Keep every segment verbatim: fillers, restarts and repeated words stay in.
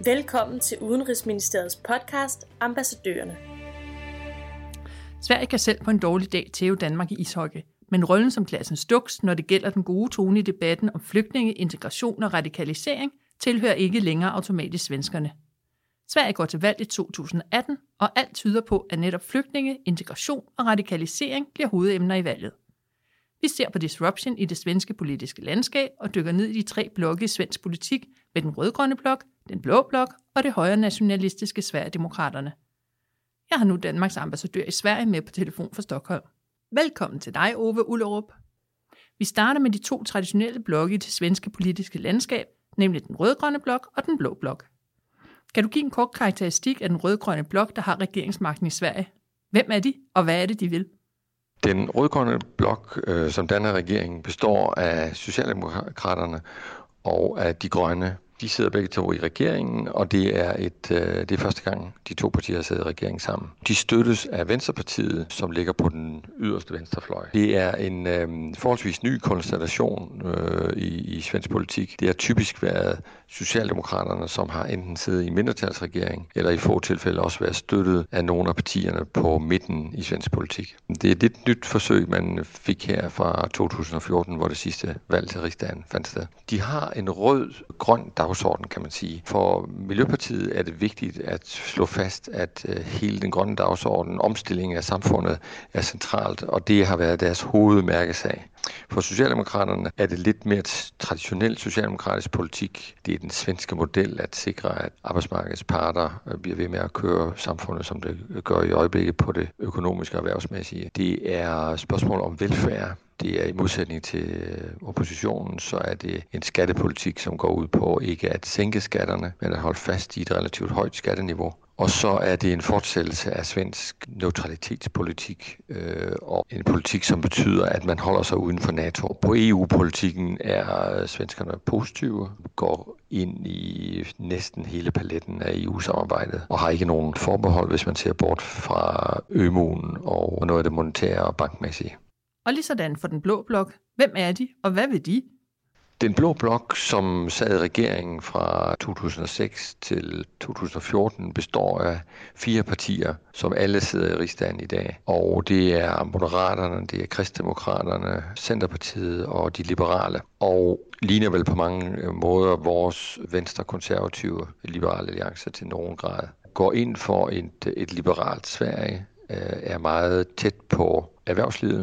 Velkommen til Udenrigsministeriets podcast Ambassadørerne. Sverige kan selv på en dårlig dag tæve Danmark i ishockey, men rollen som klassens duks, når det gælder den gode tone i debatten om flygtninge, integration og radikalisering, tilhører ikke længere automatisk svenskerne. Sverige går til valg i to tusind atten, og alt tyder på, at netop flygtninge, integration og radikalisering bliver hovedemner i valget. Vi ser på disruption i det svenske politiske landskab og dykker ned i de tre blokke i svensk politik med den rødgrønne blok, den blå blok og det højre nationalistiske Sverigedemokraterne. Jeg har nu Danmarks ambassadør i Sverige med på telefon fra Stockholm. Velkommen til dig, Ove Ullerup. Vi starter med de to traditionelle blokke i det svenske politiske landskab, nemlig den rødgrønne blok og den blå blok. Kan du give en kort karakteristik af den rødgrønne blok, der har regeringsmagten i Sverige? Hvem er de, og hvad er det, de vil? Den rødgrønne blok, øh, som danner regeringen, består af Socialdemokraterne og af De Grønne. De sidder begge to i regeringen, og det er, et, øh, det er første gang, de to partier har siddet i regeringen sammen. De støttes af Venstrepartiet, som ligger på den yderste venstrefløj. Det er en øh, forholdsvis ny konstellation øh, i, i svensk politik. Det har typisk været Socialdemokraterne, som har enten siddet i mindretalsregering, eller i få tilfælde også været støttet af nogle af partierne på midten i svensk politik. Det er et lidt nyt forsøg, man fik her fra to tusind og fjorten, hvor det sidste valg til rigsdagen fandt sted. De har en rød-grøn dagsorden, kan man sige. For Miljøpartiet er det vigtigt at slå fast, at hele den grønne dagsorden, omstillingen af samfundet, er centralt, og det har været deres hovedmærkesag. For Socialdemokraterne er det lidt mere traditionel socialdemokratisk politik. Det er den svenske model at sikre, at arbejdsmarkedets parter bliver ved med at køre samfundet, som det gør i øjeblikket på det økonomiske og erhvervsmæssige. Det er spørgsmål om velfærd. Det er i modsætning til oppositionen, så er det en skattepolitik, som går ud på ikke at sænke skatterne, men at holde fast i et relativt højt skatteniveau. Og så er det en fortsættelse af svensk neutralitetspolitik, øh, og en politik, som betyder, at man holder sig uden for NATO. På E U-politikken er svenskerne positive, går ind i næsten hele paletten af E U-samarbejdet, og har ikke nogen forbehold, hvis man ser bort fra ømuen og noget af det monetære og bankmæssige. Og lige sådan for den blå blok. Hvem er de, og hvad vil de? Den blå blok, som sad i regeringen fra to tusind og seks til to tusind og fjorten, består af fire partier, som alle sidder i rigsdagen i dag. Og det er Moderaterne, det er Kristdemokraterne, Centerpartiet og de liberale. Og ligner vel på mange måder vores venstre-konservative liberale alliance til nogen grad. Går ind for et, et liberalt Sverige, er meget tæt på erhvervslivet.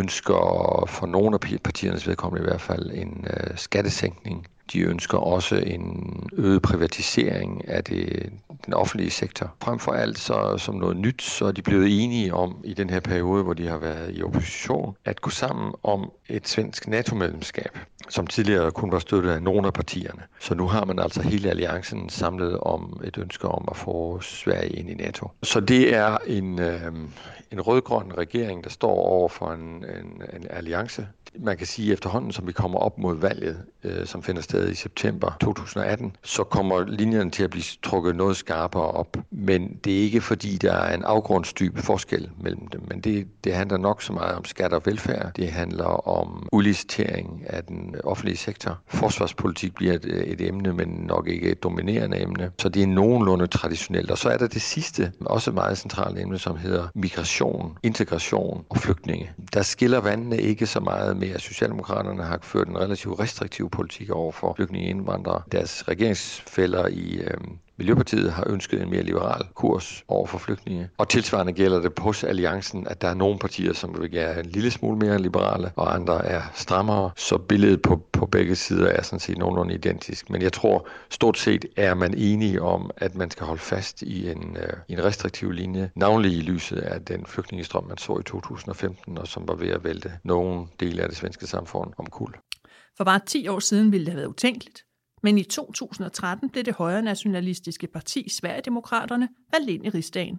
Ønsker for nogle af partiernes vedkommende i hvert fald en øh, skattesænkning. De ønsker også en øget privatisering af det, den offentlige sektor. Frem for alt så, som noget nyt, så er de blevet enige om i den her periode, hvor de har været i opposition, at gå sammen om et svensk NATO-medlemskab, som tidligere kun var støttet af nogle af partierne. Så nu har man altså hele alliancen samlet om et ønske om at få Sverige ind i NATO. Så det er en, øh, en rød-grøn regering, der står over for en, en, en alliance. Man kan sige, at efterhånden, som vi kommer op mod valget, øh, som finder sted i september to tusind og atten, så kommer linjerne til at blive trukket noget skarpere op. Men det er ikke, fordi der er en afgrundsdyb forskel mellem dem. Men det, det handler nok så meget om skat og velfærd. Det handler om udlicitering af den offentlige sektor. Forsvarspolitik bliver et, et emne, men nok ikke et dominerende emne. Så det er nogenlunde traditionelt. Og så er der det sidste, også et meget centralt emne, som hedder migration, integration og flygtninge. Der skiller vandene ikke så meget med, at Socialdemokraterne har ført en relativt restriktiv politik over for flygtninge og indvandrere. Deres regeringsfæller i øh, Miljøpartiet har ønsket en mere liberal kurs over for flygtninge. Og tilsvarende gælder det hos alliancen, at der er nogle partier, som vil være en lille smule mere liberale, og andre er strammere. Så billedet på, på begge sider er sådan set nogenlunde identisk. Men jeg tror, stort set er man enige om, at man skal holde fast i en, øh, en restriktiv linje. Navnlig i lyset af den flygtningestrøm, man så i to tusind og femten, og som var ved at vælte nogle dele af det svenske samfund omkuld. For bare ti år siden ville det have været utænkeligt. Men i to tusind og tretten blev det højre nationalistiske parti Sverigedemokraterne valgt ind i rigsdagen.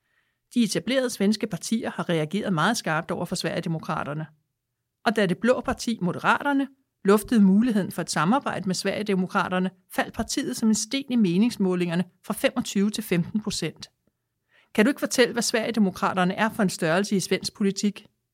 De etablerede svenske partier har reageret meget skarpt over for Sverigedemokraterne. Og da det blå parti Moderaterne luftede muligheden for et samarbejde med Sverigedemokraterne, faldt partiet som en sten i meningsmålingerne fra femogtyve til femten procent. Kan du ikke fortælle, hvad Sverigedemokraterne er for en størrelse i svensk politik?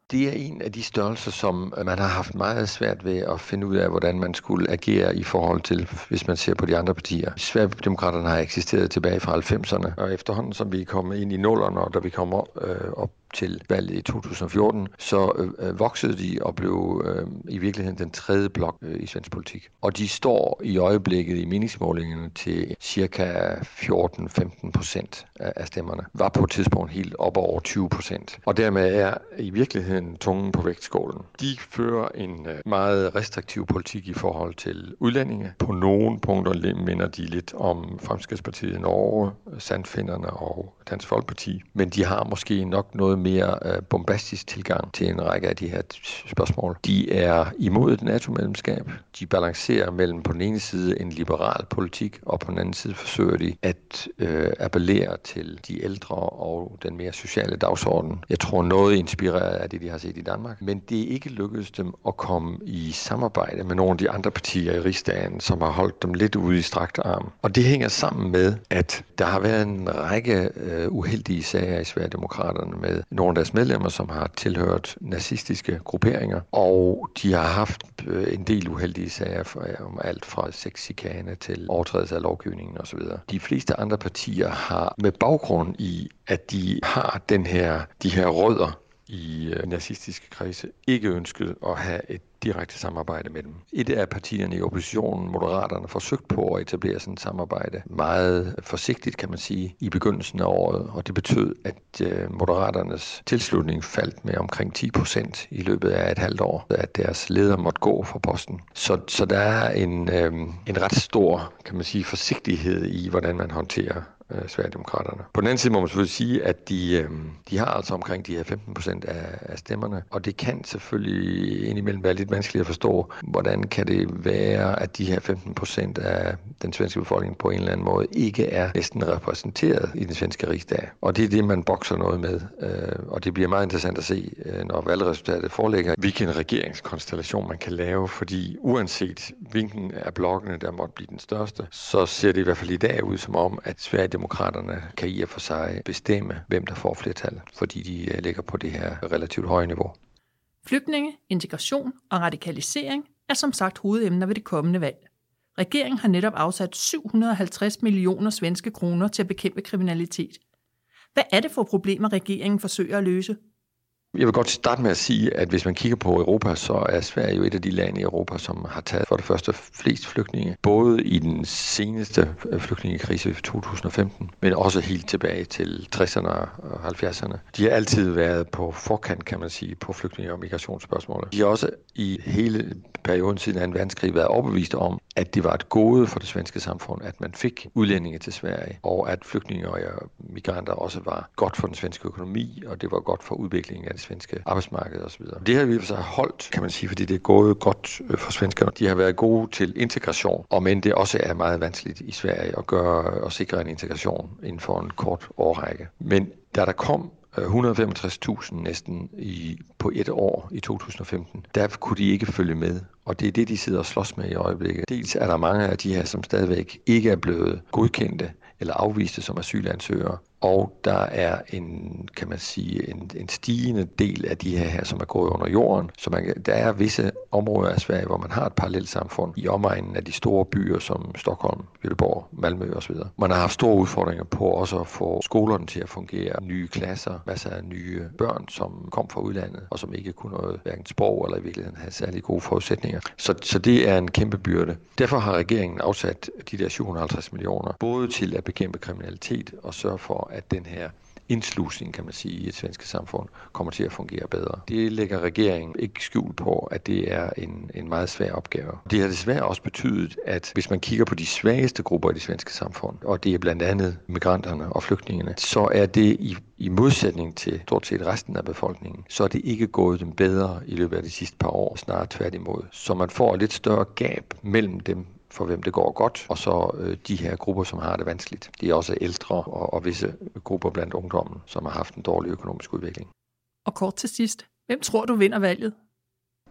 Det er en af de størrelser, som man har haft meget svært ved at finde ud af, hvordan man skulle agere i forhold til, hvis man ser på de andre partier. Sverigedemokraterne har eksisteret tilbage fra halvfemserne, og efterhånden som vi er kommet ind i nullerne, og da vi kommer øh, op til valget i to tusind og fjorten, så øh, voksede de og blev øh, i virkeligheden den tredje blok øh, i svensk politik. Og de står i øjeblikket i meningsmålingerne til cirka fjorten til femten procent af stemmerne. Var på et tidspunkt helt op over tyve procent. Og dermed er i virkeligheden tungen på vægtskålen. De fører en øh, meget restriktiv politik i forhold til udlændinge. På nogle punkter minder de lidt om Fremskridtspartiet i Norge, Sandfinnerne og Dansk Folkeparti. Men de har måske nok noget mere øh, bombastisk tilgang til en række af de her spørgsmål. De er imod et NATO-medlemskab. De balancerer mellem på den ene side en liberal politik, og på den anden side forsøger de at øh, appellere til de ældre og den mere sociale dagsorden. Jeg tror noget inspireret af det, de har set i Danmark. Men det er ikke lykkedes dem at komme i samarbejde med nogle af de andre partier i rigsdagen, som har holdt dem lidt ude i strakt arm. Og det hænger sammen med, at der har været en række øh, uheldige sager i Sverigedemokraterne med nogle af deres medlemmer, som har tilhørt nazistiske grupperinger, og de har haft en del uheldige sager for, om alt fra sexchikane til overtrædelse af lovgivningen osv. De fleste andre partier har med baggrund i, at de har den her, de her rødder i nazistiske kredse, ikke ønsket at have et direkte samarbejde med dem. Et af partierne i oppositionen, Moderaterne, forsøgt på at etablere sådan et samarbejde meget forsigtigt, kan man sige, i begyndelsen af året, og det betød, at Moderaternes tilslutning faldt med omkring ti procent i løbet af et halvt år, at deres leder måtte gå fra posten. Så, så der er en, øh, en ret stor, kan man sige, forsigtighed i, hvordan man håndterer Sverigedemokraterne. På den anden side må man selvfølgelig sige, at de, øh, de har altså omkring de her femten procent af, af stemmerne, og det kan selvfølgelig indimellem være lidt vanskeligt at forstå, hvordan kan det være, at de her femten procent af den svenske befolkning på en eller anden måde ikke er næsten repræsenteret i den svenske rigsdag. Og det er det, man bokser noget med, øh, og det bliver meget interessant at se, øh, når valgresultatet foreligger, hvilken regeringskonstellation man kan lave, fordi uanset hvilken af blokkene, der måtte blive den største, så ser det i hvert fald i dag ud som om, at Sverige Demokraterne kan i og for sig bestemme, hvem der får flertal, fordi de ligger på det her relativt høje niveau. Flygtninge, integration og radikalisering er som sagt hovedemner ved det kommende valg. Regeringen har netop afsat syv hundrede og halvtreds millioner svenske kroner til at bekæmpe kriminalitet. Hvad er det for problemer, regeringen forsøger at løse? Jeg vil godt starte med at sige, at hvis man kigger på Europa, så er Sverige jo et af de lande i Europa, som har taget for det første flest flygtninge, både i den seneste flygtningekrise i to tusind og femten, men også helt tilbage til tresserne og halvfjerdserne. De har altid været på forkant, kan man sige, på flygtninge- og migrationsspørgsmålet. De har også i hele perioden siden anden verdenskrig været overbevist om, at det var et gode for det svenske samfund, at man fik udlændinge til Sverige, og at flygtninge og migranter også var godt for den svenske økonomi, og det var godt for udviklingen af det svenske arbejdsmarked osv. Det har vi så holdt, kan man sige, fordi det er gået godt for svenskerne. De har været gode til integration, og men det også er meget vanskeligt i Sverige at gøre og sikre en integration inden for en kort årrække. Men da der kom et hundrede og femogtres tusind næsten i, på et år i to tusind og femten, der kunne de ikke følge med. Og det er det, de sidder og slås med i øjeblikket. Dels er der mange af de her, som stadigvæk ikke er blevet godkendte eller afviste som asylansøgere. Og der er en, kan man sige, en, en stigende del af de her, her, som er gået under jorden. Så man, der er visse områder af Sverige, hvor man har et parallelt samfund i omegnen af de store byer som Stockholm, Göteborg, Malmø osv. Man har haft store udfordringer på også at få skolerne til at fungere. Nye klasser, masser af nye børn, som kom fra udlandet, og som ikke kunne noget hverken sprog eller i virkeligheden have særlig gode forudsætninger. Så, så det er en kæmpe byrde. Derfor har regeringen afsat de der syv hundrede og halvtreds millioner, både til at bekæmpe kriminalitet og sørge for, at den her indslusning, kan man sige, i et svenske samfund kommer til at fungere bedre. Det lægger regeringen ikke skjul på, at det er en, en meget svær opgave. Det har desværre også betydet, at hvis man kigger på de svageste grupper i det svenske samfund, og det er blandt andet migranterne og flygtningene, så er det i, i modsætning til stort set resten af befolkningen, så er det ikke gået dem bedre i løbet af de sidste par år, snarere tværtimod. Så man får et lidt større gab mellem dem, for hvem det går godt, og så øh, de her grupper, som har det vanskeligt. De er også ældre og, og visse grupper blandt ungdommen, som har haft en dårlig økonomisk udvikling. Og kort til sidst, hvem tror du vinder valget?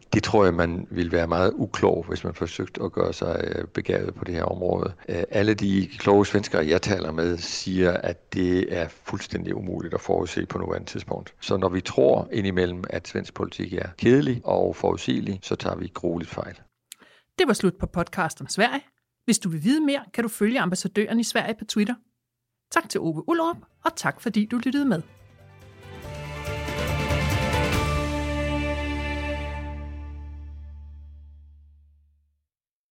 Det tror jeg, man vil være meget uklog, hvis man forsøgte at gøre sig begavet på det her område. Alle de kloge svenskere, jeg taler med, siger, at det er fuldstændig umuligt at forudse på nuværende tidspunkt. Så når vi tror indimellem, at svensk politik er kedelig og forudsigelig, så tager vi grueligt fejl. Det var slut på podcast om Sverige. Hvis du vil vide mere, kan du følge ambassadøren i Sverige på Twitter. Tak til Ove Ullerup, og tak fordi du lyttede med.